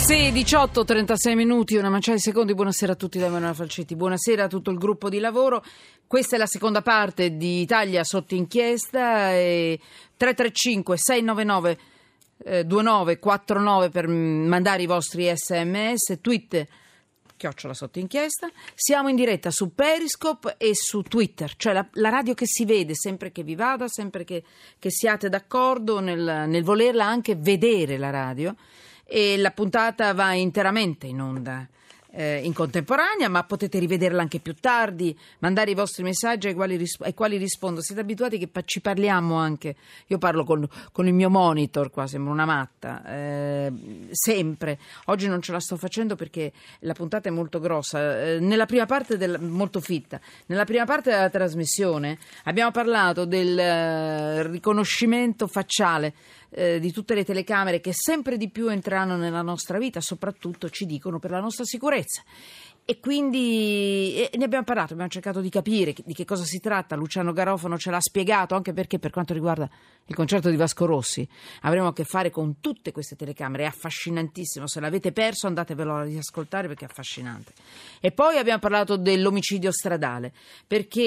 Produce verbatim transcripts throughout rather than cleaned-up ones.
Sì, diciotto, trentasei minuti, una manciata di secondi. Buonasera a tutti da Emanuela Falcetti, buonasera a tutto il gruppo di lavoro. Questa è la seconda parte di Italia sotto inchiesta. E tre tre cinque sei nove nove due nove quattro nove per mandare i vostri sms, tweet chiocciola sotto inchiesta. Siamo in diretta su Periscope e su Twitter, cioè la, la radio che si vede sempre che vi vada, sempre che, che siate d'accordo nel, nel volerla anche vedere la radio. E la puntata va interamente in onda eh, in contemporanea, ma potete rivederla anche più tardi, mandare i vostri messaggi ai quali, ris- ai quali rispondo. Siete abituati che pa- ci parliamo anche, io parlo con, con il mio monitor qua, sembro una matta, eh, sempre. Oggi non ce la sto facendo perché la puntata è molto grossa, eh, nella prima parte del, molto fitta. Nella prima parte della trasmissione abbiamo parlato del eh, riconoscimento facciale Eh, di tutte le telecamere che sempre di più entreranno nella nostra vita, soprattutto ci dicono per la nostra sicurezza. E quindi e ne abbiamo parlato, abbiamo cercato di capire di che cosa si tratta. Luciano Garofano ce l'ha spiegato, anche perché per quanto riguarda il concerto di Vasco Rossi avremo a che fare con tutte queste telecamere, è affascinantissimo. Se l'avete perso andatevelo a riascoltare perché è affascinante. E poi abbiamo parlato dell'omicidio stradale, perché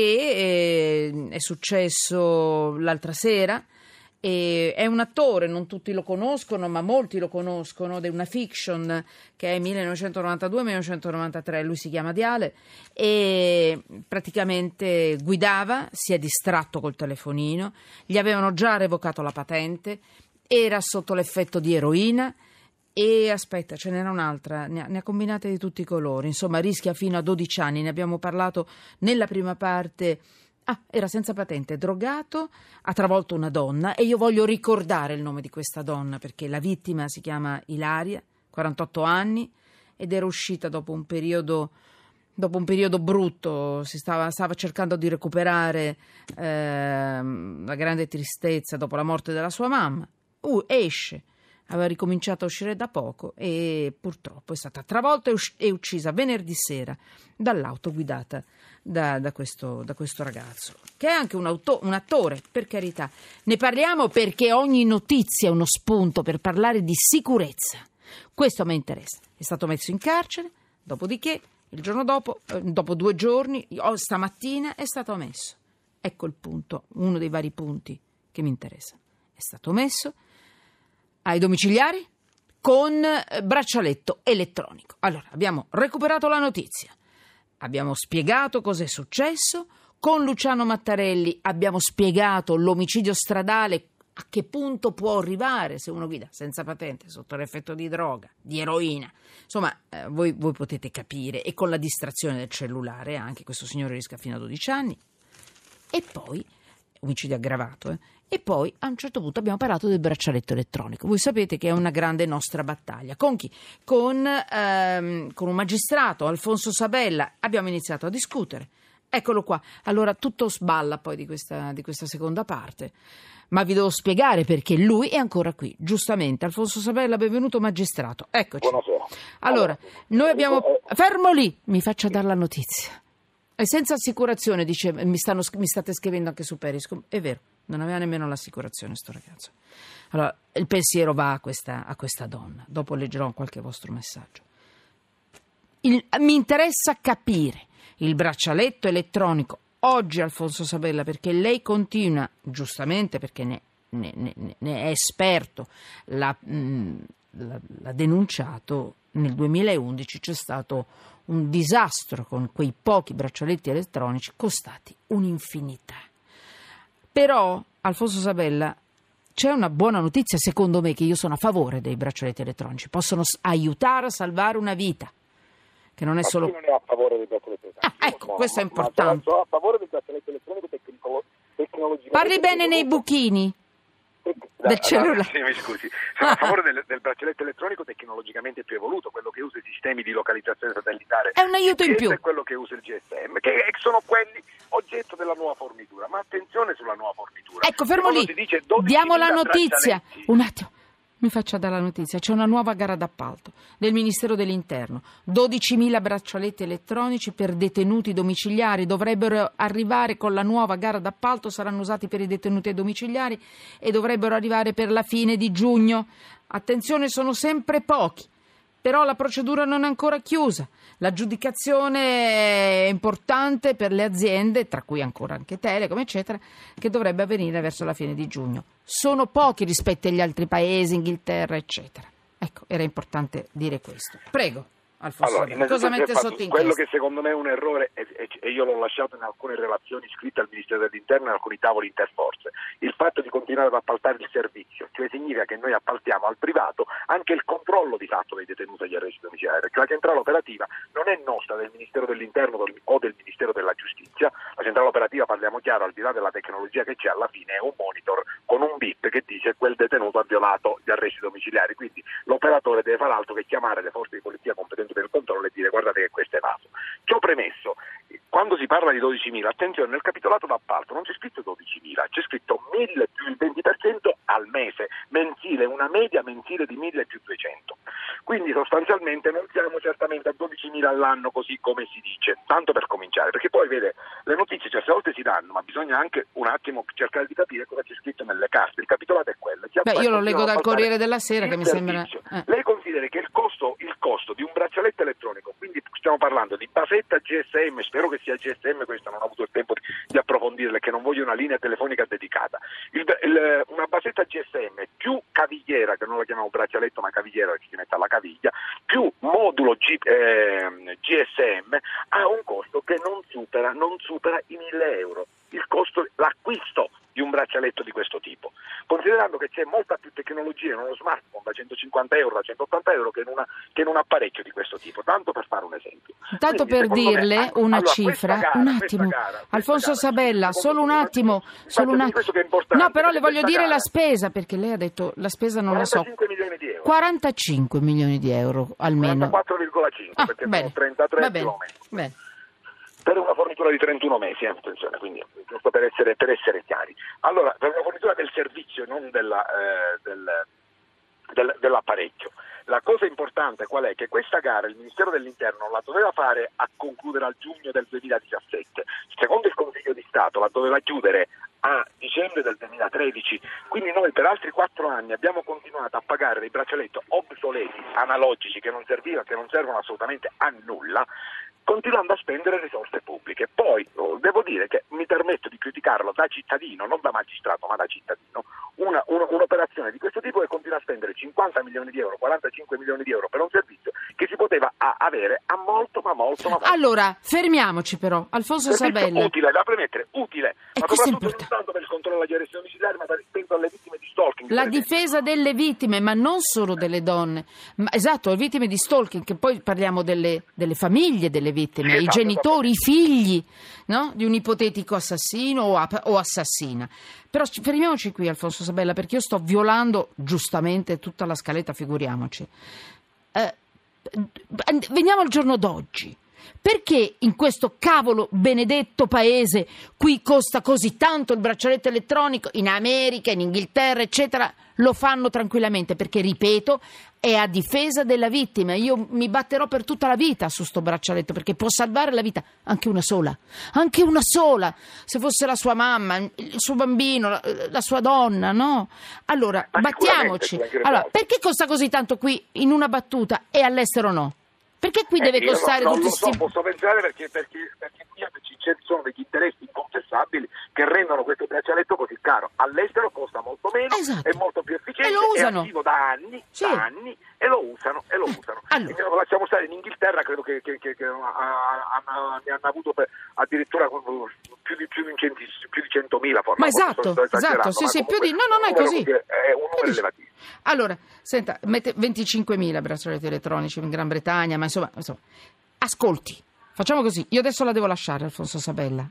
eh, è successo l'altra sera. E è un attore, non tutti lo conoscono, ma molti lo conoscono, ed è una fiction che è millenovecentonovantadue millenovecentonovantatré, lui si chiama Diale e praticamente guidava, si è distratto col telefonino, gli avevano già revocato la patente, era sotto l'effetto di eroina e aspetta, ce n'era un'altra, ne ha, ne ha combinate di tutti i colori, insomma rischia fino a dodici anni, ne abbiamo parlato nella prima parte. Ah, era senza patente, drogato, ha travolto una donna e io voglio ricordare il nome di questa donna perché la vittima si chiama Ilaria, quarantotto anni, ed era uscita dopo un periodo, dopo un periodo brutto, si stava, stava cercando di recuperare eh, la grande tristezza dopo la morte della sua mamma. Uh, esce, aveva ricominciato a uscire da poco e purtroppo è stata travolta e uccisa venerdì sera dall'auto guidata da, da, questo, da questo ragazzo, che è anche un, auto, un attore, per carità. Ne parliamo perché ogni notizia è uno spunto per parlare di sicurezza. Questo mi interessa. È stato messo in carcere, dopodiché il giorno dopo, eh, dopo due giorni, oh, stamattina è stato messo. Ecco il punto, uno dei vari punti che mi interessa. È stato messo ai domiciliari con braccialetto elettronico. Allora, abbiamo recuperato la notizia, abbiamo spiegato cos'è successo, con Luciano Mattarelli abbiamo spiegato l'omicidio stradale, a che punto può arrivare se uno guida senza patente, sotto l'effetto di droga, di eroina. Insomma, eh, voi, voi potete capire, e con la distrazione del cellulare anche questo signore rischia fino a dodici anni. E poi, omicidio aggravato, eh? E poi a un certo punto abbiamo parlato del braccialetto elettronico. Voi sapete che è una grande nostra battaglia. Con chi? Con, ehm, con un magistrato, Alfonso Sabella. Abbiamo iniziato a discutere. Eccolo qua. Allora tutto sballa poi di questa, di questa seconda parte. Ma vi devo spiegare perché lui è ancora qui. Giustamente, Alfonso Sabella, benvenuto magistrato. Eccoci. Buonasera. Allora, noi abbiamo... Fermo lì, mi faccia dare la notizia. E senza assicurazione, dice, mi, stanno, mi state scrivendo anche su Periscope. È vero, non aveva nemmeno l'assicurazione sto ragazzo. Allora, il pensiero va a questa, a questa donna. Dopo leggerò qualche vostro messaggio. Il, mi interessa capire il braccialetto elettronico oggi, Alfonso Sabella, perché lei continua, giustamente perché ne, ne, ne, ne è esperto, l'ha, mh, l'ha, l'ha denunciato. Nel duemilaundici c'è stato un disastro con quei pochi braccialetti elettronici costati un'infinità. Però, Alfonso Sabella, c'è una buona notizia secondo me, che io sono a favore dei braccialetti elettronici, possono aiutare a salvare una vita, che non è ma solo... chi non è a favore dei braccialetti elettronici? Ah, ecco, no, questo è ma, importante. Ma sono a favore del braccialetto elettronico tecnico, tecnologicamente... Parli bene nei buchini del cellulare. Sì, mi scusi, sono a favore del, del braccialetto elettronico tecnologicamente più evoluto, quello che usa i sistemi di localizzazione satellitare. È un aiuto in più. È quello che usa il G S M, che sono quelli oggetto della nuova fornitura. Ma attenzione sulla nuova fornitura. Ecco, fermo lì. Diamo la notizia. Un attimo. Mi faccia dare la notizia. C'è una nuova gara d'appalto del Ministero dell'Interno. dodicimila braccialetti elettronici per detenuti domiciliari. Dovrebbero arrivare con la nuova gara d'appalto, saranno usati per i detenuti domiciliari e dovrebbero arrivare per la fine di giugno. Attenzione, sono sempre pochi. Però la procedura non è ancora chiusa. L'aggiudicazione è importante per le aziende, tra cui ancora anche Telecom, eccetera, che dovrebbe avvenire verso la fine di giugno. Sono pochi rispetto agli altri paesi, Inghilterra, eccetera. Ecco, era importante dire questo. Prego. Alfonso, allora, cosa mette fatto, sotto inchiesta? Quello che secondo me è un errore, e, e io l'ho lasciato in alcune relazioni scritte al Ministero dell'Interno e in alcuni tavoli interforze, il fatto di continuare ad appaltare il servizio, cioè significa che noi appaltiamo al privato anche il controllo di fatto dei detenuti agli arresti domiciliari, perché la centrale operativa non è nostra, del Ministero dell'Interno o del Ministero della Giustizia. La centrale operativa, parliamo chiaro, al di là della tecnologia che c'è, alla fine è un monitor con un bip che dice quel detenuto ha violato gli arresti domiciliari, quindi l'operatore deve fare altro che chiamare le forze di polizia competenti per il controllo e dire guardate che questo è evaso. Ciò premesso, quando si parla di dodicimila, attenzione, nel capitolato d'appalto non c'è scritto dodicimila, c'è scritto mille più il venti per cento al mese, mensile, una media mensile di mille più duecento. Quindi sostanzialmente non siamo certamente a dodicimila all'anno così come si dice, tanto per cominciare, perché poi vede, le notizie certe volte si danno, ma bisogna anche un attimo cercare di capire cosa c'è scritto nelle carte. Il capitolato è quello. Beh, io lo leggo dal Corriere della Sera che mi sembra... Eh. Lei consideri che il costo, il costo di un braccialetto elettronico, quindi stiamo parlando di basetta G S M, spero che sia G S M, questo non ho avuto il tempo di, di approfondirle, che non voglio una linea telefonica dedicata, il, il, una basetta G S M più cavigliera, che non la chiamiamo braccialetto ma cavigliera perché si mette alla caviglia, più modulo G, eh, G S M ha un costo che non supera, non supera i mille euro, il costo, l'acquisto di un braccialetto di questo tipo, considerando che c'è molta più tecnologia in uno smartphone da centocinquanta euro, da centottanta euro che in, una, che in un apparecchio di questo tipo, tanto per fare un esempio. Tanto Quindi, per dirle me, una allora, cifra, gara, un attimo, gara, Alfonso gara, Sabella, solo un attimo, solo un attimo. No, però le voglio dire gara. la spesa, perché lei ha detto la spesa non la so. quarantacinque milioni di euro. quarantacinque milioni di euro almeno. quarantaquattro virgola cinque Ah, perché bene. sono trentatré Va bene. chilometri. Bene. Per una fornitura di trentuno mesi, eh, attenzione, quindi giusto per essere, per essere chiari. Allora, per una fornitura del servizio, non della, eh, del, del, dell'apparecchio. La cosa importante qual è? Che questa gara il Ministero dell'Interno la doveva fare a concludere a giugno del duemiladiciassette. Secondo il Consiglio di Stato la doveva chiudere a dicembre del duemilatredici, quindi noi per altri quattro anni abbiamo continuato a pagare dei braccialetti obsoleti, analogici, che non servivano, che non servono assolutamente a nulla, continuando a spendere risorse pubbliche. Poi devo dire che mi permetto di criticarlo da cittadino, non da magistrato ma da cittadino, una, una, un'operazione di questo tipo che continua a spendere cinquanta milioni di euro, quarantacinque milioni di euro per un servizio che si poteva a, avere a molto ma molto ma molto. Allora, fermiamoci però, Alfonso Sabella. Utile, da premettere, utile, e ma soprattutto non tanto per il controllo agli arresti domiciliari, ma per, penso alle vittime di stalking. La difesa delle vittime, ma non solo delle donne, ma, esatto, le vittime di stalking, che poi parliamo delle, delle famiglie delle vittime, sì, i esatto, genitori, i figli, no? Di un ipotetico assassino o, a, o assassina. Però fermiamoci qui, Alfonso Sabella, perché io sto violando giustamente tutta la scaletta, figuriamoci. Eh, veniamo al giorno d'oggi. Perché in questo cavolo benedetto paese qui costa così tanto il braccialetto elettronico? In America, in Inghilterra, eccetera, lo fanno tranquillamente perché, ripeto, è a difesa della vittima. Io mi batterò per tutta la vita su sto braccialetto perché può salvare la vita, anche una sola, anche una sola, se fosse la sua mamma, il suo bambino, la, la sua donna, no? Allora, ma battiamoci. Allora, perché costa così tanto qui in una battuta e all'estero no? Perché qui deve eh, costare non, tutti non lo so, questi... posso pensare perché, perché, perché qui ci sono degli interessi inconfessabili che rendono questo braccialetto così caro. All'estero costa molto meno, esatto. È molto più efficiente, e lo usano. È attivo da anni, sì. da anni e lo usano e lo eh, usano. allora. E lasciamo stare, in Inghilterra credo che, che, che, che hanno, ne hanno avuto per, addirittura più di, più, di, più di centomila forse. Ma esatto, esatto, sì, sì, più di... No, non è così. È un numero elevatissimo. Allora, senta, mette venticinquemila braccialetti elettronici in Gran Bretagna, ma insomma, insomma, ascolti, facciamo così, io adesso la devo lasciare, Alfonso Sabella.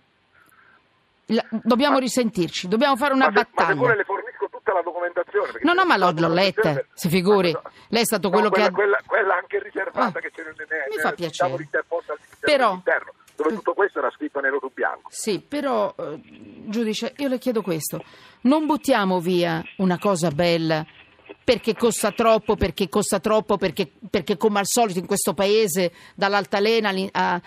La, dobbiamo ma, risentirci, dobbiamo fare una ma se, battaglia. Ma se vuole le fornisco tutta la documentazione. No, no, ma l'ho, l'ho letta, per... si figuri. No, lei è stato no, quello quella, che ha... Quella, quella anche riservata ah, che c'è nel, nel, mi fa piacere. Interposta al Ministero però, dell'Interno, dove tutto questo era scritto nero su bianco. Sì, però, eh, giudice, io le chiedo questo. Non buttiamo via una cosa bella perché costa troppo, perché costa troppo, perché, perché come al solito in questo paese dall'altalena a,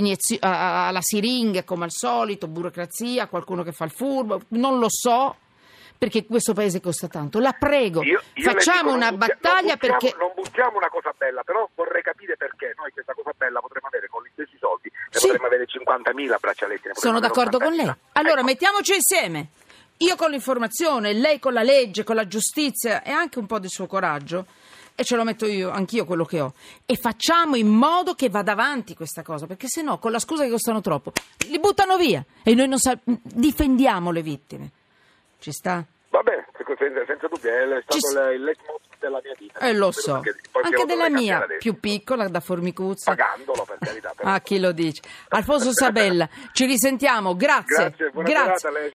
a, alla siringa, come al solito, burocrazia, qualcuno che fa il furbo, non lo so, perché questo paese costa tanto. La prego, io, io facciamo dico, una non buttia, battaglia non buttiamo, perché... Non buttiamo una cosa bella, però vorrei capire perché noi questa cosa bella potremmo avere con gli stessi soldi, ne Sì. potremmo avere cinquantamila braccialetti. Ne Sono avere d'accordo con lei. ottantamila. Allora, ecco. mettiamoci insieme. Io con l'informazione, lei con la legge, con la giustizia e anche un po' di suo coraggio, e ce lo metto io, anch'io quello che ho, e facciamo in modo che vada avanti questa cosa, perché se no, con la scusa che costano troppo, li buttano via e noi non sa- difendiamo le vittime. Ci sta? Vabbè, senza, senza dubbio, è stato Ci... il leitmotiv della mia vita. Eh, lo so, Perché poi anche lo della dovrei mia, cambiare più adesso. piccola, da Formicuzza. Pagandolo, per carità. Però. Ah, chi lo dice? Alfonso Sabella, ci risentiamo, grazie. Grazie, buona grazie. serata a lei.